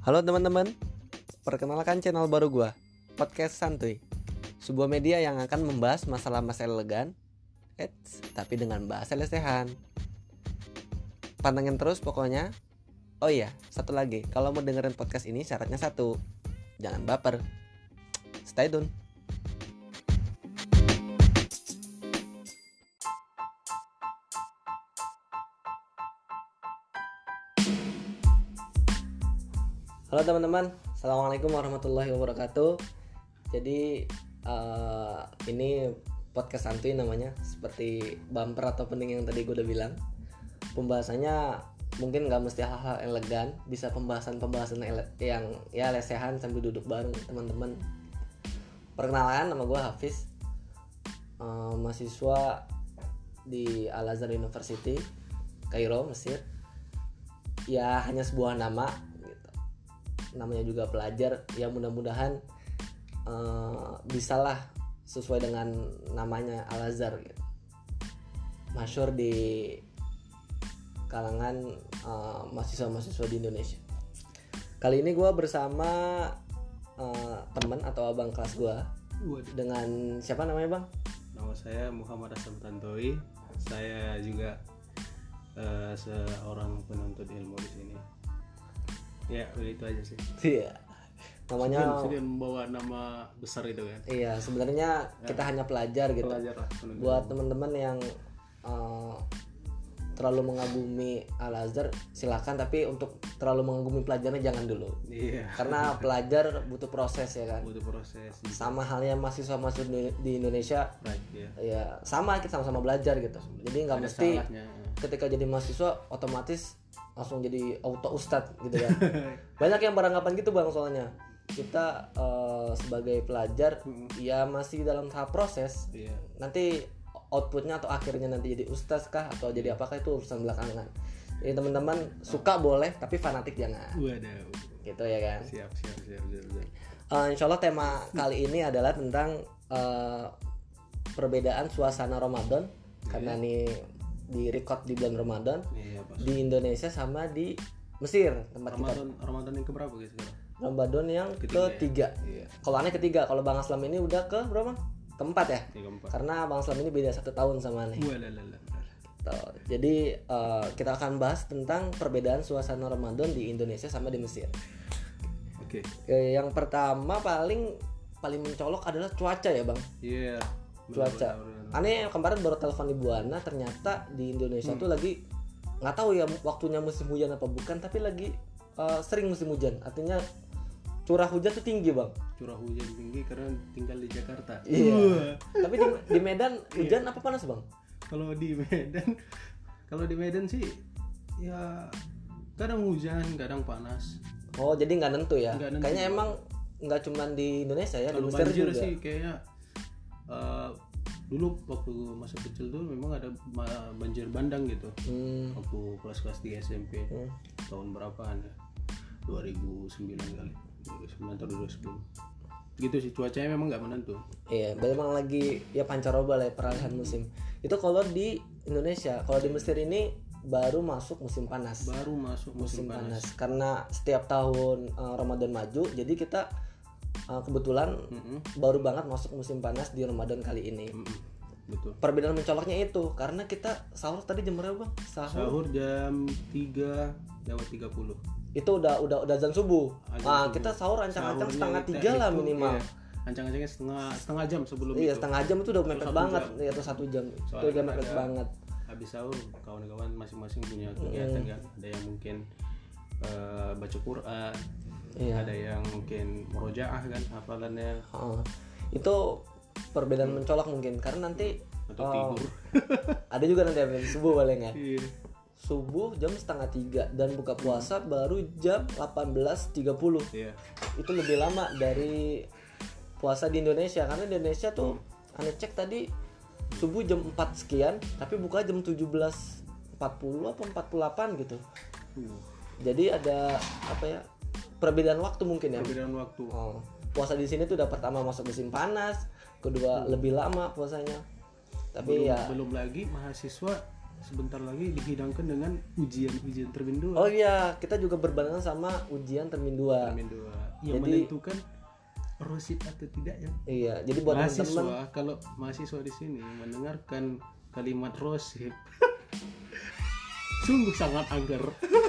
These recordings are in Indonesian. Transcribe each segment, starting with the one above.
Halo teman-teman, perkenalkan channel baru gua, Podcast Santuy. Sebuah media yang akan membahas masalah-masalah elegan, tapi dengan bahasa lesehan. Pantengin terus pokoknya. Oh iya, satu lagi, kalau mau dengerin podcast ini syaratnya satu, jangan baper. Stay tune. Halo teman-teman, assalamualaikum warahmatullahi wabarakatuh. Jadi ini podcast santuy namanya, seperti bumper atau penting yang tadi gue udah bilang. Pembahasannya mungkin nggak mesti hal-hal elegan, bisa pembahasan yang ya lesehan sambil duduk bareng teman-teman. Perkenalan, nama gue Hafiz, mahasiswa di Al Azhar University, Kairo, Mesir. Ya hanya sebuah nama, namanya juga pelajar, ya mudah-mudahan bisalah sesuai dengan namanya Al Azhar gitu. Masyhur di kalangan mahasiswa-mahasiswa di Indonesia. Kali ini gue bersama teman atau abang kelas gue. Dengan siapa namanya bang? Nama saya Muhammad Hasan Tantowi. Saya juga seorang penuntut ilmu di sini. Ya, itu aja sih. Iya. Namanya sudah membawa nama besar itu kan. Iya, sebenarnya kita hanya pelajar gitu. Pelajar lah, buat teman-teman yang terlalu mengagumi Al Azhar silakan, tapi untuk terlalu mengagumi pelajarnya jangan dulu. Iya. Karena pelajar butuh proses ya kan. Butuh proses. Sama halnya mahasiswa di Indonesia. Right, yeah. Ya, sama, kita sama-sama belajar gitu. Jadi nggak mesti salahnya. Ketika jadi mahasiswa otomatis langsung jadi auto ustadz gitu kan. Banyak yang beranggapan gitu bang, soalnya kita sebagai pelajar ya masih dalam tahap proses. Yeah. Nanti outputnya atau akhirnya nanti jadi ustadz kah atau jadi apakah itu urusan belakangan. Jadi teman-teman suka boleh tapi fanatik jangan. Waduh. Gitu ya kan. Siap. Insya Allah tema kali ini adalah tentang perbedaan suasana Ramadan. Karena nih di record di bulan Ramadan. Iya, di Indonesia sama di Mesir tempat Ramadan yang keberapa guys sekarang? Ramadan yang ketiga. Iya. Kalau aneh ketiga, kalau Bang Aslam ini udah ke berapa? Keempat ya? Keempat. Karena Bang Aslam ini beda 1 tahun sama aneh. Jadi kita akan bahas tentang perbedaan suasana Ramadan di Indonesia sama di Mesir. Oke. Yang pertama paling mencolok adalah cuaca ya Bang. Iya. Cuaca. Aneh kemarin baru telepon Ibu Ana, ternyata di Indonesia tuh lagi nggak tahu ya waktunya musim hujan apa bukan, tapi lagi sering musim hujan. Artinya curah hujan tuh tinggi bang. Curah hujan tinggi karena tinggal di Jakarta. Iya. Tapi di Medan hujan apa panas bang? Kalau di Medan sih ya kadang hujan, kadang panas. Oh jadi nggak nentu ya? Nggak nentu. Kayaknya emang nggak cuma di Indonesia ya, kalau di Mesir banjir juga. Sih kayaknya dulu waktu masa kecil tuh memang ada banjir bandang gitu. Waktu kelas-kelas di SMP tahun berapaan ya? 2009 kali. 2009 atau 2010. Gitu sih, cuacanya memang nggak menentu. Iya, memang lagi ya pancaroba lah ya, peralihan musim. Itu kalau di Indonesia. Kalau di Mesir ini baru masuk musim panas. Baru masuk musim panas. Karena setiap tahun Ramadan maju, jadi kita kebetulan baru banget masuk musim panas di Ramadan kali ini. Betul. Perbedaan mencoloknya itu karena kita sahur tadi jam berapa bang? Sahur jam 3:30. Itu udah azan subuh. Kita sahur ancang-ancang setengah 3 lah minimal. Iya. Ancang-ancangnya setengah jam sebelum iya, itu. setengah jam itu udah mepet banget. Iya, atau 1 jam. Soalnya itu udah mepet banget. Habis sahur kawan-kawan masing-masing punya kegiatan kan. Ada yang mungkin baca Quran. Iya. Ada yang mungkin murojaah kan hafalannya. Itu perbedaan mencolok mungkin karena nanti atau tidur. Ada juga nanti habis subuh paling ya. Iya. Subuh jam 2:30 dan buka puasa baru jam 18.30. Iya. Itu lebih lama dari puasa di Indonesia karena di Indonesia tuh aneh cek tadi subuh jam 4 sekian tapi buka jam 17.40 apa 48 gitu. Jadi ada apa ya? Perbedaan waktu mungkin ya. Perbedaan waktu. Puasa di sini tuh udah pertama masuk musim panas, kedua lebih lama puasanya. Tapi belum lagi mahasiswa sebentar lagi dihidangkan dengan ujian termin 2. Oh iya, kita juga berbarengan sama ujian termin 2. Termin 2 yang menentukan rosid atau tidak ya. Iya, jadi buat mahasiswa, teman-teman, kalau mahasiswa di sini mendengarkan kalimat rosid sungguh sangat angker.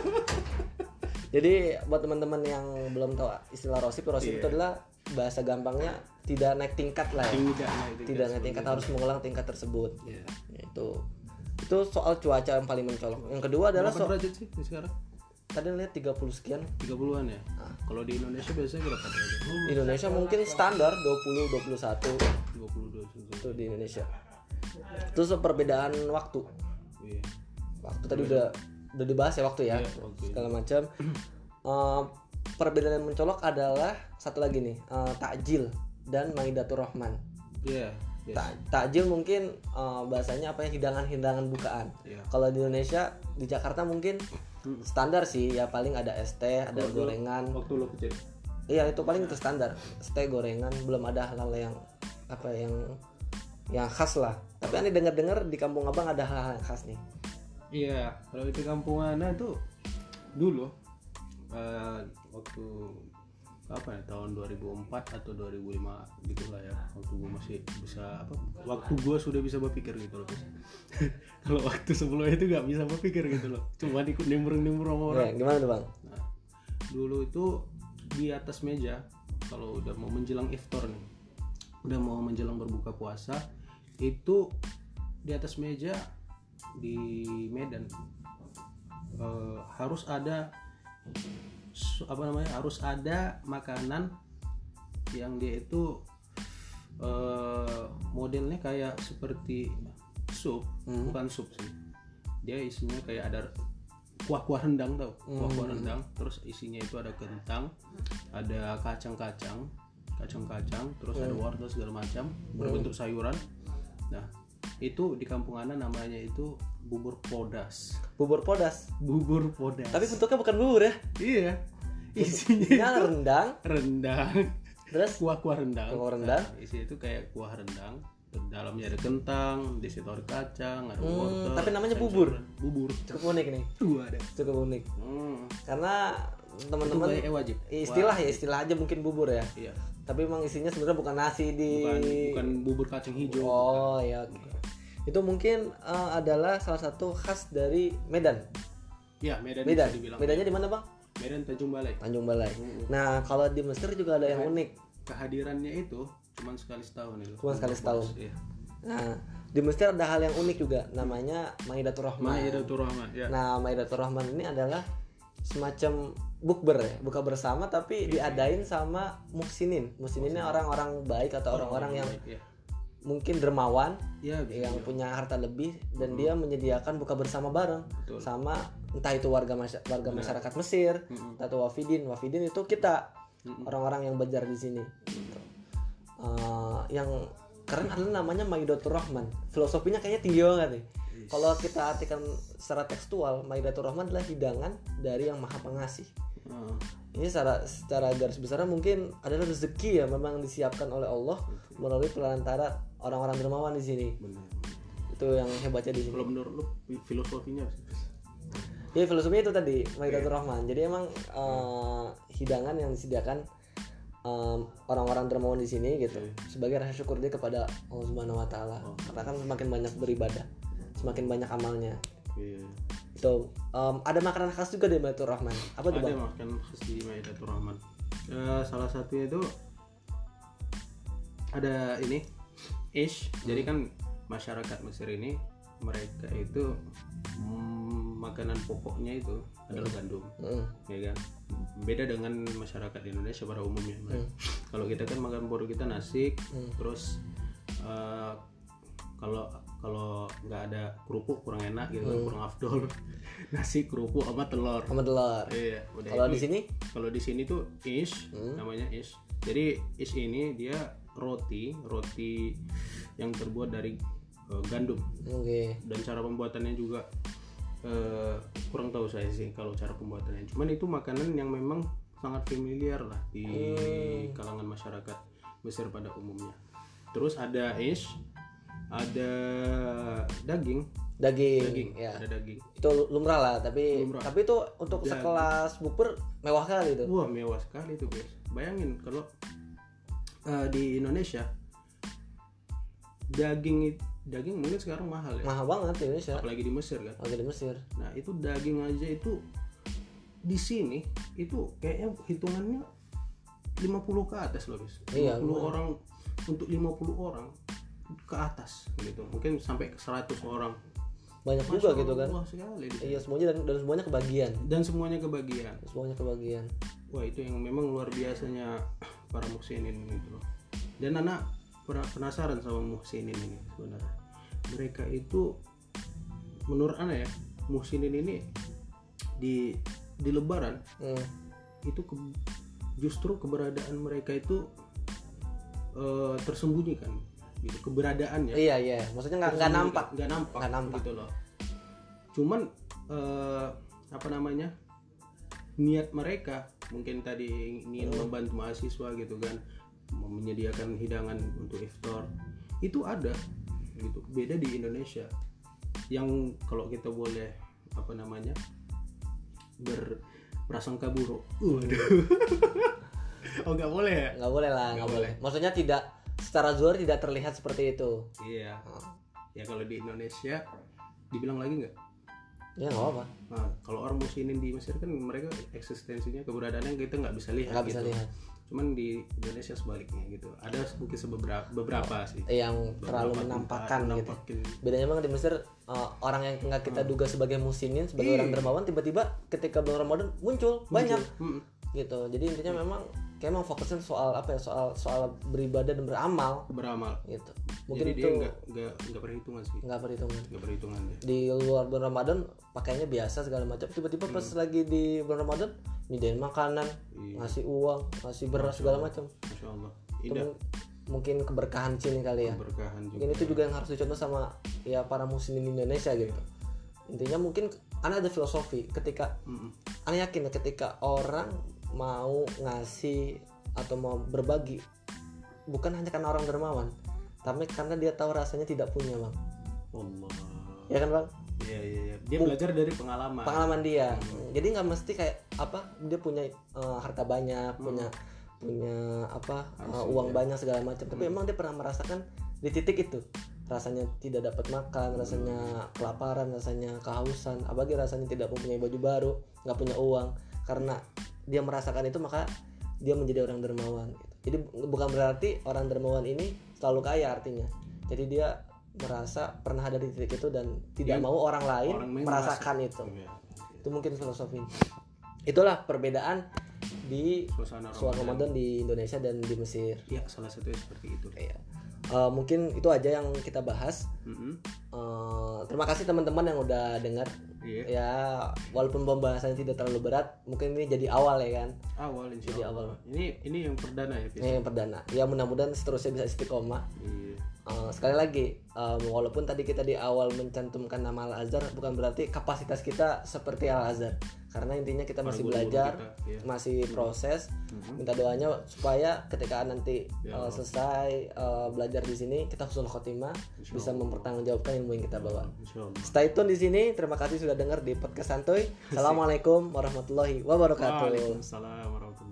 jadi buat teman-teman yang belum tahu istilah rosip itu adalah bahasa gampangnya tidak naik tingkat lah ya. Tidak naik tingkat, harus mengulang tingkat tersebut. Itu soal cuaca yang paling mencolok. Yang kedua adalah berapa derajat sih sekarang? Tadi lihat 30 sekian. 30-an ya. Kalau di Indonesia biasanya berapa derajat? Indonesia mungkin standar 20 21. 22. Itu di Indonesia. Itu perbedaan waktu. Iya. Waktu tadi udah dibahas ya waktu ya. Segala macam. Perbedaan yang mencolok adalah satu lagi nih, takjil dan Maidatur Rahman. Iya. Yes. Takjil mungkin bahasanya apa ya, hidangan bukaan. Kalau di Indonesia, di Jakarta mungkin standar sih ya, paling ada es teh, ada gorengan. Waktu lo kecil. Iya, itu paling itu standar. Es teh, gorengan, belum ada hal-hal yang apa yang khas lah. Tapi aneh dengar-dengar di Kampung Abang ada hal-hal yang khas nih. Iya, kalau di Kampung Ana tuh dulu waktu apa ya, tahun 2004 atau 2005 gitu lah ya, waktu gue masih bisa waktu gue sudah bisa berpikir gitu loh. Kalau waktu sebelumnya itu nggak bisa berpikir gitu loh, cuma ikut nimbrung sama orang. Gimana tuh Bang? Nah, dulu itu di atas meja kalau udah mau menjelang iftar nih, udah mau menjelang berbuka puasa, itu di atas meja di Medan harus ada harus ada makanan yang dia itu modelnya kayak seperti sup, bukan sup sih, dia isinya kayak ada kuah rendang, tau kuah rendang, terus isinya itu ada kentang, ada kacang-kacang, terus ada wortel segala macam berbentuk sayuran. Nah, itu di Kampung Ana namanya itu bubur podas. Bubur podas. Tapi bentuknya bukan bubur ya? Iya. Isinya rendang. Terus kuah rendang. Nah, isinya itu kayak kuah rendang. Dalamnya ada kentang, di situ ada kacang, ada wortel. Tapi namanya bubur. Cukup unik nih. Cukup unik. Karena teman-teman wajib. Istilah aja mungkin bubur ya. Iya. Tapi memang isinya sebenarnya bukan nasi bukan bubur kacang hijau. Oh ya, oke. Itu mungkin adalah salah satu khas dari Medan. Iya, Medan. Medannya di mana, Bang? Medan, Tanjung Balai. Nah, kalau di Mesir juga ada yang unik. Kehadirannya itu cuma sekali setahun itu. Iya. Nah, di Mesir ada hal yang unik juga, namanya Maidatur Rahman. Ya. Nah, Maidatur Rahman ini adalah semacam bukber ya, buka bersama tapi diadain sama muhsinin. Muhsininnya orang-orang baik atau orang-orang yang mungkin dermawan, yang punya harta lebih, dan dia menyediakan buka bersama bareng. Betul. Sama entah itu warga masyarakat Mesir, atau wafidin itu kita, orang-orang yang belajar di sini. Yang keren adalah namanya Maidatur Rahman. Filosofinya kayaknya tinggi banget nih. Kalau kita artikan secara tekstual, Maidatur Rahman adalah hidangan dari yang Maha Pengasih. Ini secara garis besarnya mungkin adalah rezeki yang memang disiapkan oleh Allah melalui perantara orang-orang dermawan di sini. Benar. Itu yang hebatnya di sini. Kalau menurut lu filosofinya apa sih? Ya, filosofinya itu tadi Maidatur Rahman. Jadi emang hidangan yang disediakan orang-orang dermawan di sini gitu, sebagai rasa syukur dia kepada Allah Subhanahu wa taala. Karena kan semakin banyak beribadah, semakin banyak amalnya. Itu ada makanan khas juga di Maidatur Rahman. Apa tuh, Bang? Ada makanan khas di Maidatur Rahman. Salah satunya itu ada ini ish. Jadi kan masyarakat Mesir ini, mereka itu makanan pokoknya itu adalah gandum, ya kan. Beda dengan masyarakat Indonesia pada umumnya. Kalau kita kan makan pokok kita nasi, terus kalau nggak ada kerupuk kurang enak gitu, kurang afdol. Nasi, kerupuk sama telur. Iya. Kalau di sini tuh ish, namanya ish. Jadi ish ini dia roti yang terbuat dari gandum. Dan cara pembuatannya juga kurang tahu saya sih kalau cara pembuatannya. Cuman itu makanan yang memang sangat familiar lah di kalangan masyarakat Mesir pada umumnya. Terus ada ish, ada daging Daging. Ya. Ada daging. Itu lumrah lah, tapi itu untuk Daging. sekelas bukber mewah kali itu. Wah, mewah sekali itu, guys. Bayangin kalau di Indonesia daging mungkin sekarang mahal ya. Mahal banget di Indonesia. Apalagi di Mesir kan. Apalagi di Mesir. Nah, itu daging aja itu di sini itu kayaknya hitungannya 50 ke atas loh, guys. 50 Iya, orang untuk 50 orang ke atas gitu. Mungkin sampai ke 100 orang. Banyak juga gitu kan. Wah, sekali. Iya, semuanya dan semuanya kebagian. Semuanya kebagian. Wah, itu yang memang luar biasanya para muhsinin itu loh. Dan anak penasaran sama muhsinin ini sebenarnya. Mereka itu menurut anak ya, muhsinin ini di Lebaran itu justru keberadaan mereka itu tersembunyikan gitu, keberadaannya. Iya, maksudnya nggak nampak gitu loh. Cuman niat mereka mungkin tadi ingin membantu mahasiswa gitu kan, menyediakan hidangan untuk iftar itu ada gitu. Beda di Indonesia yang kalau kita boleh berprasangka buruk. Oh, nggak boleh ya? Nggak boleh. Maksudnya tidak secara zuhur tidak terlihat seperti itu. Iya. Ya kalau di Indonesia dibilang lagi nggak? Ya nggak apa. Nah, kalau orang muslimin di Mesir kan mereka eksistensinya, keberadaannya kita nggak bisa lihat. Nggak bisa lihat. Cuman di Indonesia sebaliknya gitu. Ada mungkin beberapa sih. Yang terlalu menampakkan gitu. Bedanya memang di Mesir orang yang nggak kita duga sebagai muslimin, sebagai orang dermawan, tiba-tiba ketika bulan Ramadan muncul banyak. Gitu. Jadi intinya memang kayak emang fokusnya soal soal beribadah dan beramal gitu. Mungkin jadi itu nggak perhitungan sih. Nggak perhitungan dia. Di luar bulan Ramadan pakainya biasa segala macam, tiba-tiba pas lagi di bulan Ramadan nyediain makanan, ngasih uang, ngasih beras segala macam. Masya Allah. Indah. Mungkin keberkahan sini kali ya. Mungkin itu juga yang harus dicontoh sama ya para muslimin Indonesia gitu. Intinya mungkin ada filosofi ketika Ana yakin ketika orang mau ngasih atau mau berbagi bukan hanya karena orang dermawan, tapi karena dia tahu rasanya tidak punya, Bang. Allah. Ya kan, Bang? Iya. Dia belajar dari pengalaman dia. Jadi nggak mesti kayak dia punya harta banyak, punya uang banyak segala macam, tapi emang dia pernah merasakan di titik itu. Rasanya tidak dapat makan, rasanya kelaparan, rasanya kehausan, apalagi rasanya tidak mempunyai baju baru, nggak punya uang. Karena dia merasakan itu, maka dia menjadi orang dermawan gitu. Jadi bukan berarti orang dermawan ini selalu kaya artinya. Jadi dia merasa pernah ada di titik itu dan tidak mau orang lain merasakan itu. Itu mungkin filosofi. Itulah perbedaan di suasana Ramadan di Indonesia dan di Mesir. Ya, salah satunya seperti itu. Iya. Mungkin itu aja yang kita bahas. Terima kasih teman-teman yang udah dengar. Ya, walaupun pembahasannya tidak terlalu berat, mungkin ini jadi awal ya kan. Awal insyaallah. Ini yang perdana ya. Ini yang perdana. Ya mudah-mudahan seterusnya bisa istiqomah. Sekali lagi, walaupun tadi kita di awal mencantumkan nama Al-Azhar, bukan berarti kapasitas kita seperti Al-Azhar. Karena intinya kita masih belajar, masih proses. Minta doanya supaya ketika nanti selesai belajar di sini, kita husnul khotimah, bisa mempertanggungjawabkan ilmu yang kita bawa. Stay tune di sini. Terima kasih sudah dengar di podcast Santuy. Assalamualaikum warahmatullahi wabarakatuh. Waalaikumsalam warahmatullahi wabarakatuh.